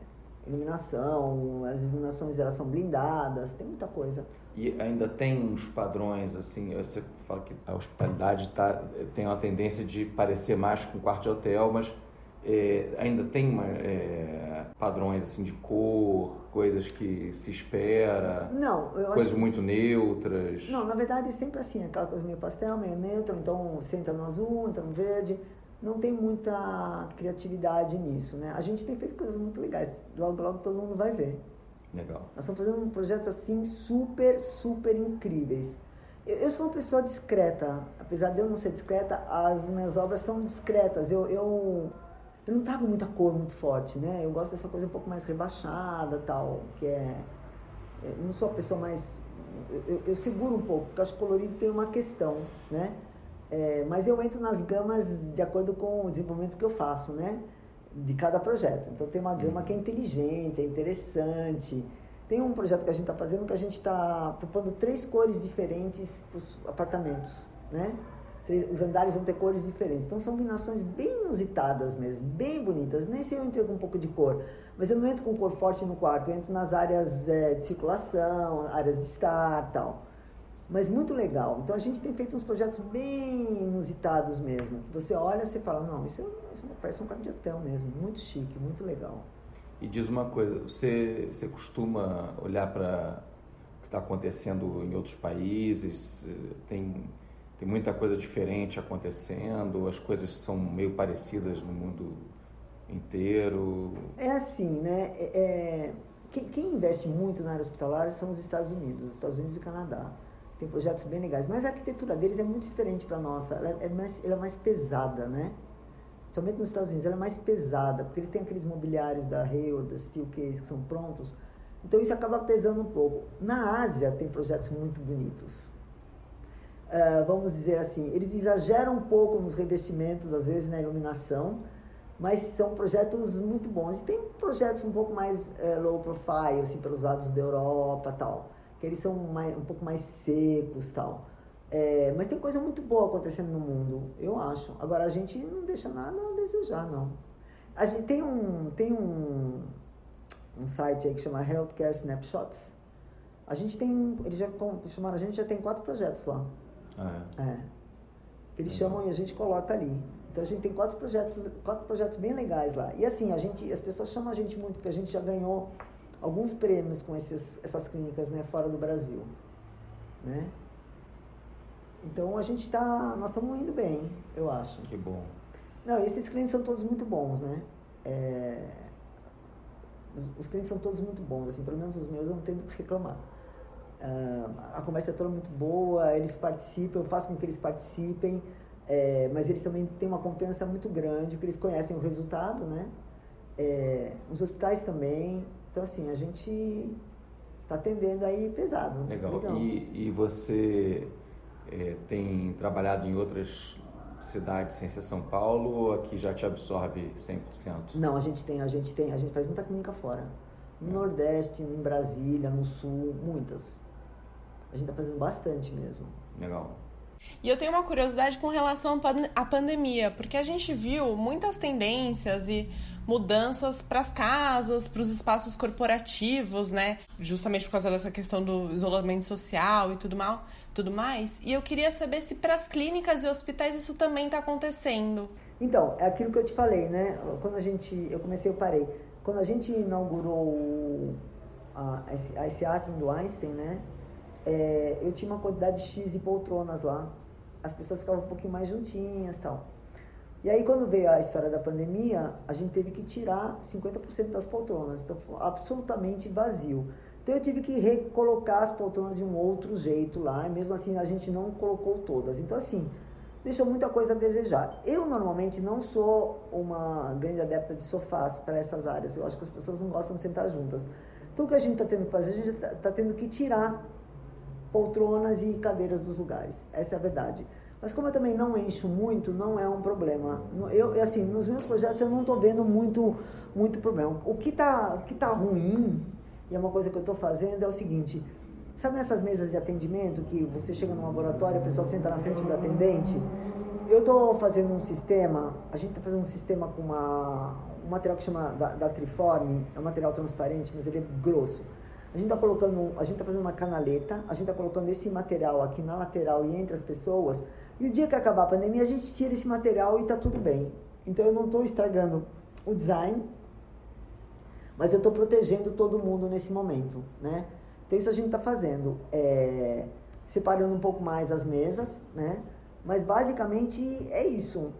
Iluminação, as iluminações elas são blindadas, tem muita coisa. E ainda tem uns padrões, assim, você fala que a hospitalidade tem uma tendência de parecer mais com um quarto de hotel, mas ainda tem padrões assim de cor, coisas que se espera, não, eu coisas acho... muito neutras. Não, na verdade é sempre assim, aquela coisa meio pastel, meio neutro, então você entra no azul, entra no verde, não tem muita criatividade nisso, né? A gente tem feito coisas muito legais, logo todo mundo vai ver. Legal. Nós estamos fazendo projetos assim super, super incríveis. Eu sou uma pessoa discreta, apesar de eu não ser discreta, as minhas obras são discretas. Eu não trago muita cor muito forte, né? Eu gosto dessa coisa um pouco mais rebaixada, tal, que eu não sou a pessoa mais... Eu seguro um pouco, porque eu acho que colorido tem uma questão, né? Mas eu entro nas gamas de acordo com o desenvolvimento que eu faço, né? De cada projeto. Então tem uma gama que é inteligente, é interessante. Tem um projeto que a gente está fazendo que a gente está propondo 3 cores diferentes para os apartamentos, né? Os andares vão ter cores diferentes. Então são combinações bem inusitadas mesmo, bem bonitas. Nem sei se eu entro com um pouco de cor, mas eu não entro com cor forte no quarto, eu entro nas áreas de circulação, áreas de estar e tal. Mas muito legal. Então a gente tem feito uns projetos bem inusitados mesmo. Que você olha e você fala, não, isso parece um quarto de hotel mesmo. Muito chique, muito legal. E diz uma coisa, você costuma olhar para o que está acontecendo em outros países? Tem muita coisa diferente acontecendo? As coisas são meio parecidas no mundo inteiro? É assim, né? Quem investe muito na área hospitalar são os Estados Unidos e Canadá. Tem projetos bem legais, mas a arquitetura deles é muito diferente para a nossa. Ela é mais pesada, né? Principalmente nos Estados Unidos, ela é mais pesada, porque eles têm aqueles mobiliários da Hayward, da Steelcase, que são prontos. Então isso acaba pesando um pouco. Na Ásia tem projetos muito bonitos. Vamos dizer assim, eles exageram um pouco nos revestimentos, às vezes na iluminação, mas são projetos muito bons. E tem projetos um pouco mais low profile, assim, pelos lados da Europa e tal, que eles são um pouco mais secos e tal. Mas tem coisa muito boa acontecendo no mundo, eu acho. Agora, a gente não deixa nada a desejar, não. A gente tem um site aí que chama Healthcare Snapshots. A gente tem, eles já chamaram, a gente já tem 4 projetos lá. Eles chamam e a gente coloca ali. Então a gente tem 4 projetos bem legais lá. E assim, as pessoas chamam a gente muito, porque a gente já ganhou alguns prêmios com essas clínicas, né, fora do Brasil, né? Então nós estamos indo bem, eu acho. Que bom. Não, esses clientes são todos muito bons, né? Os clientes são todos muito bons, assim, pelo menos os meus eu não tenho o que reclamar. A conversa é toda muito boa, eles participam, eu faço com que eles participem, mas eles também têm uma confiança muito grande, porque eles conhecem o resultado, né? Os hospitais também. Então, assim, a gente está atendendo aí pesado. Legal. E você tem trabalhado em outras cidades sem ser São Paulo, ou aqui já te absorve 100%? Não, a gente faz muita clínica fora. No Nordeste, em Brasília, no Sul, muitas. A gente está fazendo bastante mesmo. Legal. E eu tenho uma curiosidade com relação à pandemia, porque a gente viu muitas tendências e mudanças para as casas, para os espaços corporativos, né? Justamente por causa dessa questão do isolamento social e tudo mais. E eu queria saber se para as clínicas e hospitais isso também está acontecendo. Então, é aquilo que eu te falei, né? Eu parei. Quando a gente inaugurou esse atrium do Einstein, né? Eu tinha uma quantidade X de poltronas lá. As pessoas ficavam um pouquinho mais juntinhas e tal. E aí, quando veio a história da pandemia, a gente teve que tirar 50% das poltronas. Então, foi absolutamente vazio. Então, eu tive que recolocar as poltronas de um outro jeito lá. E mesmo assim, a gente não colocou todas. Então, assim, deixou muita coisa a desejar. Eu, normalmente, não sou uma grande adepta de sofás para essas áreas. Eu acho que as pessoas não gostam de sentar juntas. Então, o que a gente está tendo que fazer? A gente está tendo que tirar poltronas e cadeiras dos lugares. Essa é a verdade. Mas como eu também não encho muito, não é um problema. Assim, nos meus projetos eu não estou vendo muito problema. O que tá ruim, e é uma coisa que eu estou fazendo, é o seguinte: sabe nessas mesas de atendimento que você chega no laboratório e a pessoa senta na frente do atendente? Eu estou fazendo um sistema, a gente está fazendo um sistema com um material que chama da Triform, é um material transparente, mas ele é grosso. A gente está fazendo uma canaleta, a gente está colocando esse material aqui na lateral e entre as pessoas, e o dia que acabar a pandemia, a gente tira esse material e está tudo bem. Então, eu não estou estragando o design, mas eu estou protegendo todo mundo nesse momento, né? Então, isso a gente está fazendo, separando um pouco mais as mesas, né? Mas, basicamente, é isso.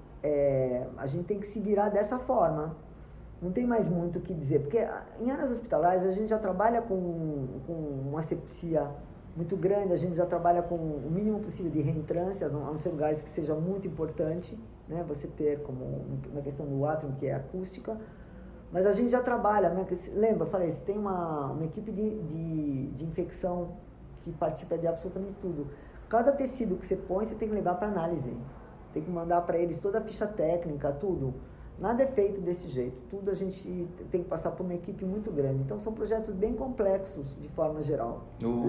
A gente tem que se virar dessa forma. Não tem mais muito o que dizer, porque em áreas hospitalares a gente já trabalha com uma asepsia muito grande, a gente já trabalha com o mínimo possível de reentrâncias, a não ser lugares que seja muito importante, né, você ter, como na questão do atrium, que é acústica, mas a gente já trabalha, né, lembra, eu falei, você tem uma equipe de infecção que participa de absolutamente tudo. Cada tecido que você põe, você tem que levar para análise, tem que mandar para eles toda a ficha técnica, tudo. Nada é feito desse jeito, tudo a gente tem que passar por uma equipe muito grande. Então, são projetos bem complexos, de forma geral.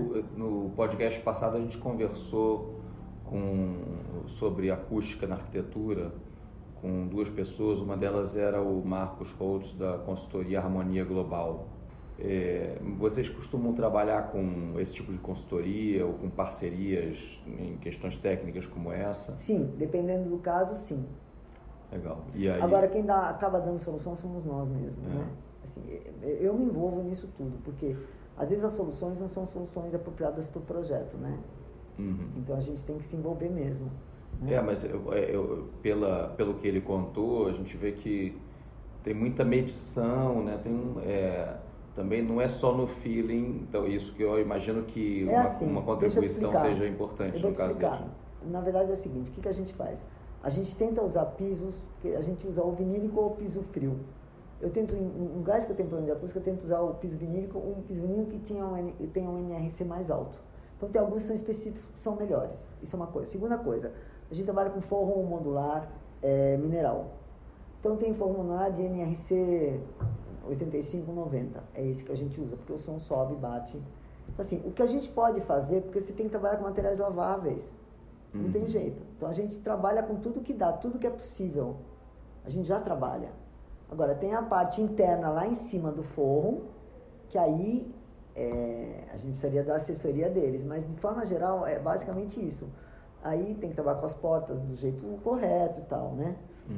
No podcast passado, a gente conversou sobre acústica na arquitetura com 2 pessoas. Uma delas era o Marcos Holtz, da consultoria Harmonia Global. Vocês costumam trabalhar com esse tipo de consultoria ou com parcerias em questões técnicas como essa? Sim, dependendo do caso, sim. Legal. E aí... Agora, quem acaba dando solução somos nós mesmos, né? Assim, eu me envolvo nisso tudo, porque às vezes as soluções não são soluções apropriadas para o projeto, né? Então a gente tem que se envolver mesmo. Né? Mas pelo que ele contou, a gente vê que tem muita medição, né? Também não é só no feeling, então isso que eu imagino que uma contribuição seja importante no caso dele. Na verdade é o seguinte, o que a gente faz? A gente tenta usar pisos, a gente usa o vinílico ou o piso frio. Eu tento, em lugares que eu tenho problema de acústica, eu tento usar o piso vinílico, um piso vinílico que tenha um NRC mais alto. Então tem alguns que são específicos que são melhores. Isso é uma coisa. Segunda coisa, a gente trabalha com forro modular mineral. Então tem forro modular de NRC 85, 90. É esse que a gente usa, porque o som sobe, bate. Então assim, o que a gente pode fazer, porque você tem que trabalhar com materiais laváveis. Não tem jeito. Então a gente trabalha com tudo que dá, tudo que é possível. A gente já trabalha. Agora, tem a parte interna lá em cima do forro, que aí a gente precisaria da assessoria deles. Mas, de forma geral, é basicamente isso. Aí tem que trabalhar com as portas do jeito correto e tal, né?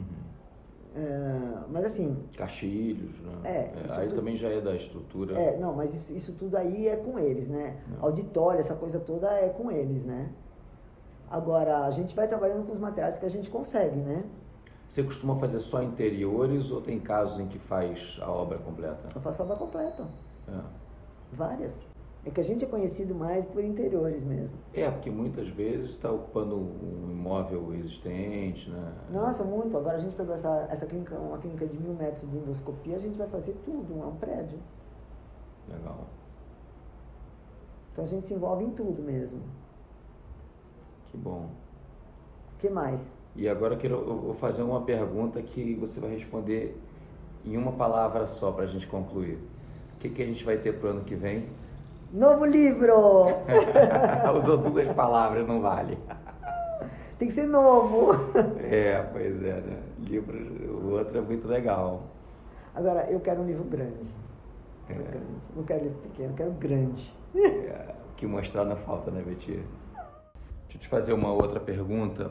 Mas assim... Caixilhos, né? Aí tudo, também já é da estrutura. Não, mas isso tudo aí é com eles, né? Auditório, essa coisa toda é com eles, né? Agora, a gente vai trabalhando com os materiais que a gente consegue, né? Você costuma fazer só interiores ou tem casos em que faz a obra completa? Eu faço a obra completa. Várias. É que a gente é conhecido mais por interiores mesmo. Porque muitas vezes está ocupando um imóvel existente, né? Nossa, muito. Agora a gente pegou essa clínica, uma clínica de 1000 metros de endoscopia, a gente vai fazer tudo, é um prédio. Legal. Então a gente se envolve em tudo mesmo. Que bom. O que mais? E agora eu vou fazer uma pergunta que você vai responder em uma palavra só para a gente concluir. O que a gente vai ter para o ano que vem? Novo livro! Usou 2 palavras, não vale. Tem que ser novo. Pois é, né? Livro, o outro é muito legal. Agora, eu quero um livro grande. Não quero livro pequeno, eu quero grande. O que mostrar não falta, né, Betty? Deixa eu te fazer uma outra pergunta.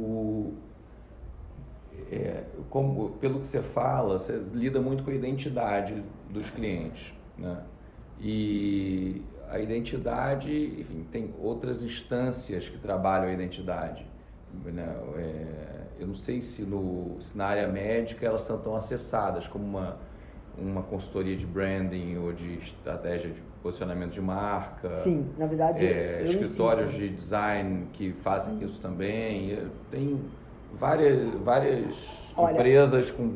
Pelo que você fala, você lida muito com a identidade dos clientes, né? E a identidade, enfim, tem outras instâncias que trabalham a identidade, né? Eu não sei se na área médica elas são tão acessadas como uma consultoria de branding ou de estratégia de posicionamento de marca. Sim, na verdade, escritórios de design que fazem isso também. Tem várias empresas com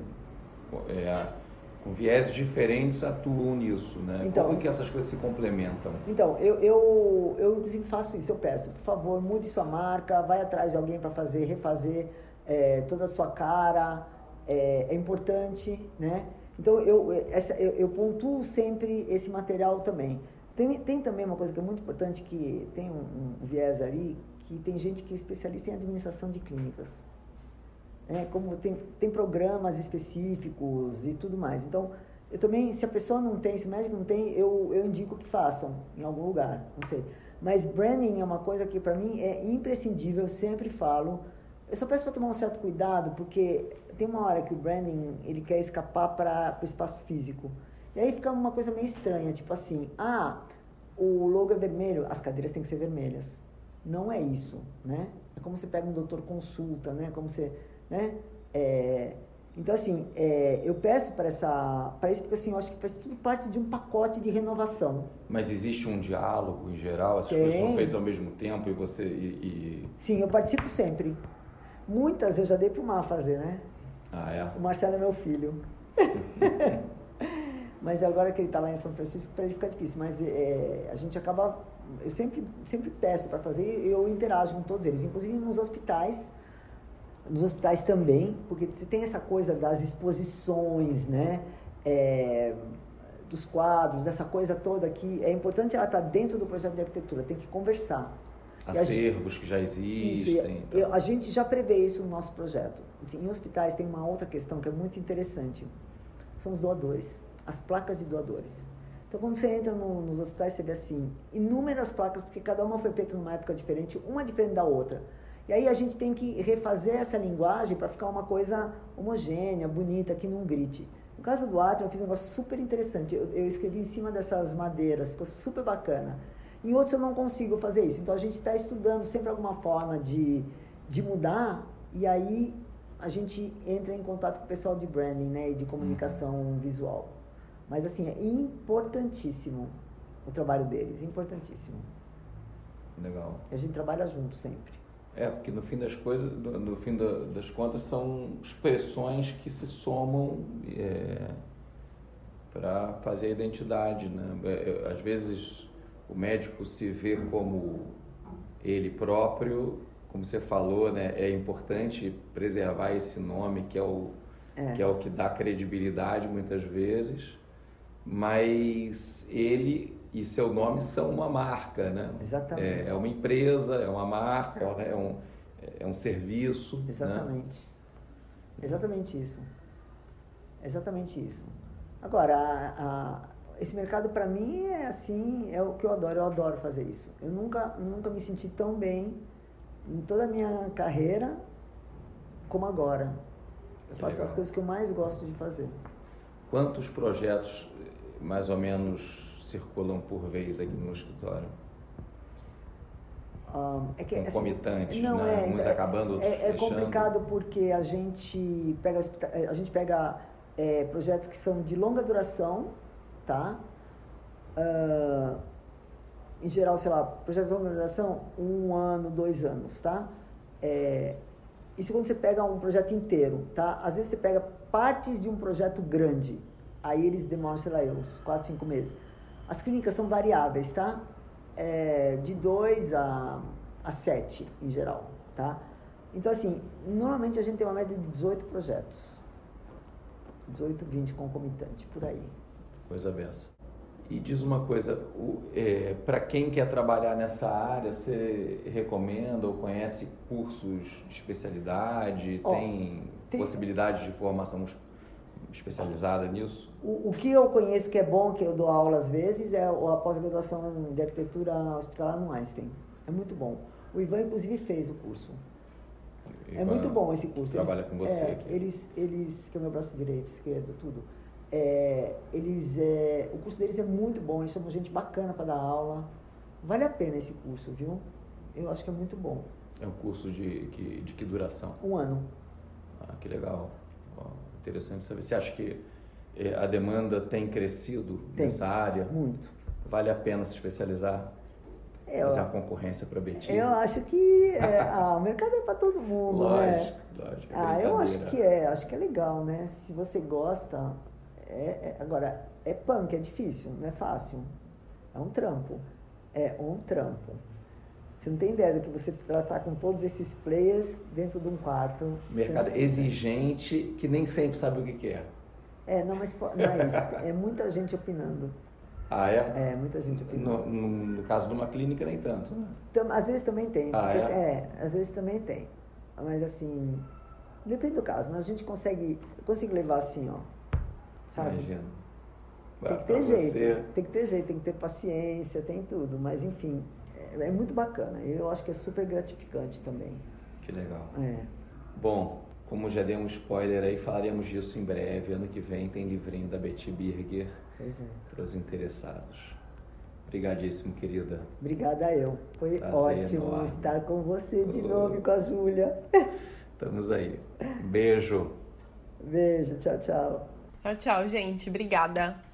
viés diferentes atuam nisso, né? Então, como que essas coisas se complementam? Então, eu inclusive faço isso, eu peço, por favor, mude sua marca, vai atrás de alguém para refazer toda a sua cara, é importante, né? Então, eu pontuo sempre esse material também. Tem também uma coisa que é muito importante, que tem um viés ali, que tem gente que é especialista em administração de clínicas. Como tem programas específicos e tudo mais. Então, eu também, se a pessoa não tem, se o médico não tem, eu indico que façam em algum lugar, não sei. Mas branding é uma coisa que para mim é imprescindível, eu sempre falo. Eu só peço para tomar um certo cuidado, porque tem uma hora que o branding, ele quer escapar para o espaço físico. E aí fica uma coisa meio estranha, tipo assim, o logo é vermelho, as cadeiras têm que ser vermelhas. Não é isso, né? É como você pega um doutor consulta, né? Como você, né? Então, assim, eu peço para isso, porque assim, eu acho que faz tudo parte de um pacote de renovação. Mas existe um diálogo em geral? Essas coisas são feitas ao mesmo tempo e você... Sim, eu participo sempre. Muitas eu já dei para o Mar fazer, né? O Marcelo é meu filho. Mas agora que ele está lá em São Francisco, para ele fica difícil. Mas a gente acaba... Eu sempre peço para fazer e eu interajo com todos eles. Inclusive nos hospitais. Nos hospitais também, porque tem essa coisa das exposições, né? Dos quadros, dessa coisa toda que é importante ela estar dentro do projeto de arquitetura, tem que conversar. Acervos que já existem. Isso, a gente já prevê isso no nosso projeto. Em hospitais tem uma outra questão que é muito interessante. São os doadores, as placas de doadores. Então, quando você entra nos hospitais, você vê assim, inúmeras placas, porque cada uma foi feita numa época diferente, uma diferente da outra. E aí a gente tem que refazer essa linguagem para ficar uma coisa homogênea, bonita, que não grite. No caso do Atria, eu fiz um negócio super interessante. Eu escrevi em cima dessas madeiras, ficou super bacana. Em outros eu não consigo fazer isso. Então a gente está estudando sempre alguma forma de mudar, e aí a gente entra em contato com o pessoal de branding, né, e de comunicação visual. Mas assim, é importantíssimo o trabalho deles, importantíssimo. Legal. E a gente trabalha junto sempre. Porque no fim das coisas, no fim das contas, são expressões que se somam para fazer a identidade, né? Às vezes o médico se vê como ele próprio, como você falou, né? É importante preservar esse nome que é o que dá credibilidade muitas vezes, mas ele e seu nome são uma marca, né? Exatamente. É uma empresa, é uma marca, é um serviço. Exatamente. Né? Exatamente isso. Exatamente isso. Agora, esse mercado para mim é assim, é o que eu adoro fazer isso. Eu nunca me senti tão bem em toda a minha carreira como agora. Eu faço as coisas que eu mais gosto de fazer. Quantos projetos, mais ou menos, circulam por vez aqui no escritório? Concomitantes, assim, né? Uns acabando, outros fechando. É complicado porque a gente pega projetos que são de longa duração, tá? Em geral, sei lá, projetos de longa duração, 1 ano, 2 anos, tá? Isso quando você pega um projeto inteiro, tá? Às vezes você pega partes de um projeto grande, aí eles demoram, sei lá, uns 4, 5 meses. As clínicas são variáveis, tá? De 2 a 7, em geral, tá? Então, assim, normalmente a gente tem uma média de 18 projetos. 18, 20 concomitantes, por aí. Coisa beça. E diz uma coisa, para quem quer trabalhar nessa área, você recomenda ou conhece cursos de especialidade? Tem possibilidade de formação especializada nisso? O que eu conheço que é bom, que eu dou aula às vezes, é a pós-graduação de arquitetura hospitalar no Einstein. É muito bom. O Ivan, inclusive, fez o curso. Ivan, é muito bom esse curso. Trabalha com você aqui. Eles, que é o meu braço direito, esquerdo, tudo. O curso deles é muito bom, eles chamam gente bacana para dar aula. Vale a pena esse curso, viu? Eu acho que é muito bom. É um curso de que duração? 1 ano. Que legal. Interessante saber. Você acha que a demanda tem crescido nessa área? Muito. Vale a pena se especializar? Fazer uma concorrência para a Betim? Eu acho que o mercado é para todo mundo, lógico, né? Lógico. Eu acho que é legal, né? Se você gosta, agora, é punk, é difícil, não é fácil. É um trampo. Você não tem ideia do que você tratar com todos esses players dentro de um quarto. Mercado exigente que nem sempre sabe o que quer. Mas não é isso. É muita gente opinando. É? Muita gente opinando. No caso de uma clínica, nem tanto, né? Às vezes também tem. Às vezes também tem. Mas assim, depende do caso. Mas a gente consegue levar assim, ó. Sabe? Imagina. Tem que ter jeito. Tem que ter jeito, tem que ter paciência, tem tudo. Mas enfim, é muito bacana. Eu acho que é super gratificante também. Que legal. Bom, como já demos spoiler aí, falaremos disso em breve. Ano que vem tem livrinho da Betty Birger para os interessados. Obrigadíssimo, querida. Obrigada eu. Foi ótimo enorme estar com você de novo e com a Júlia. Estamos aí. Beijo. Beijo, tchau, tchau. Tchau, tchau, gente. Obrigada.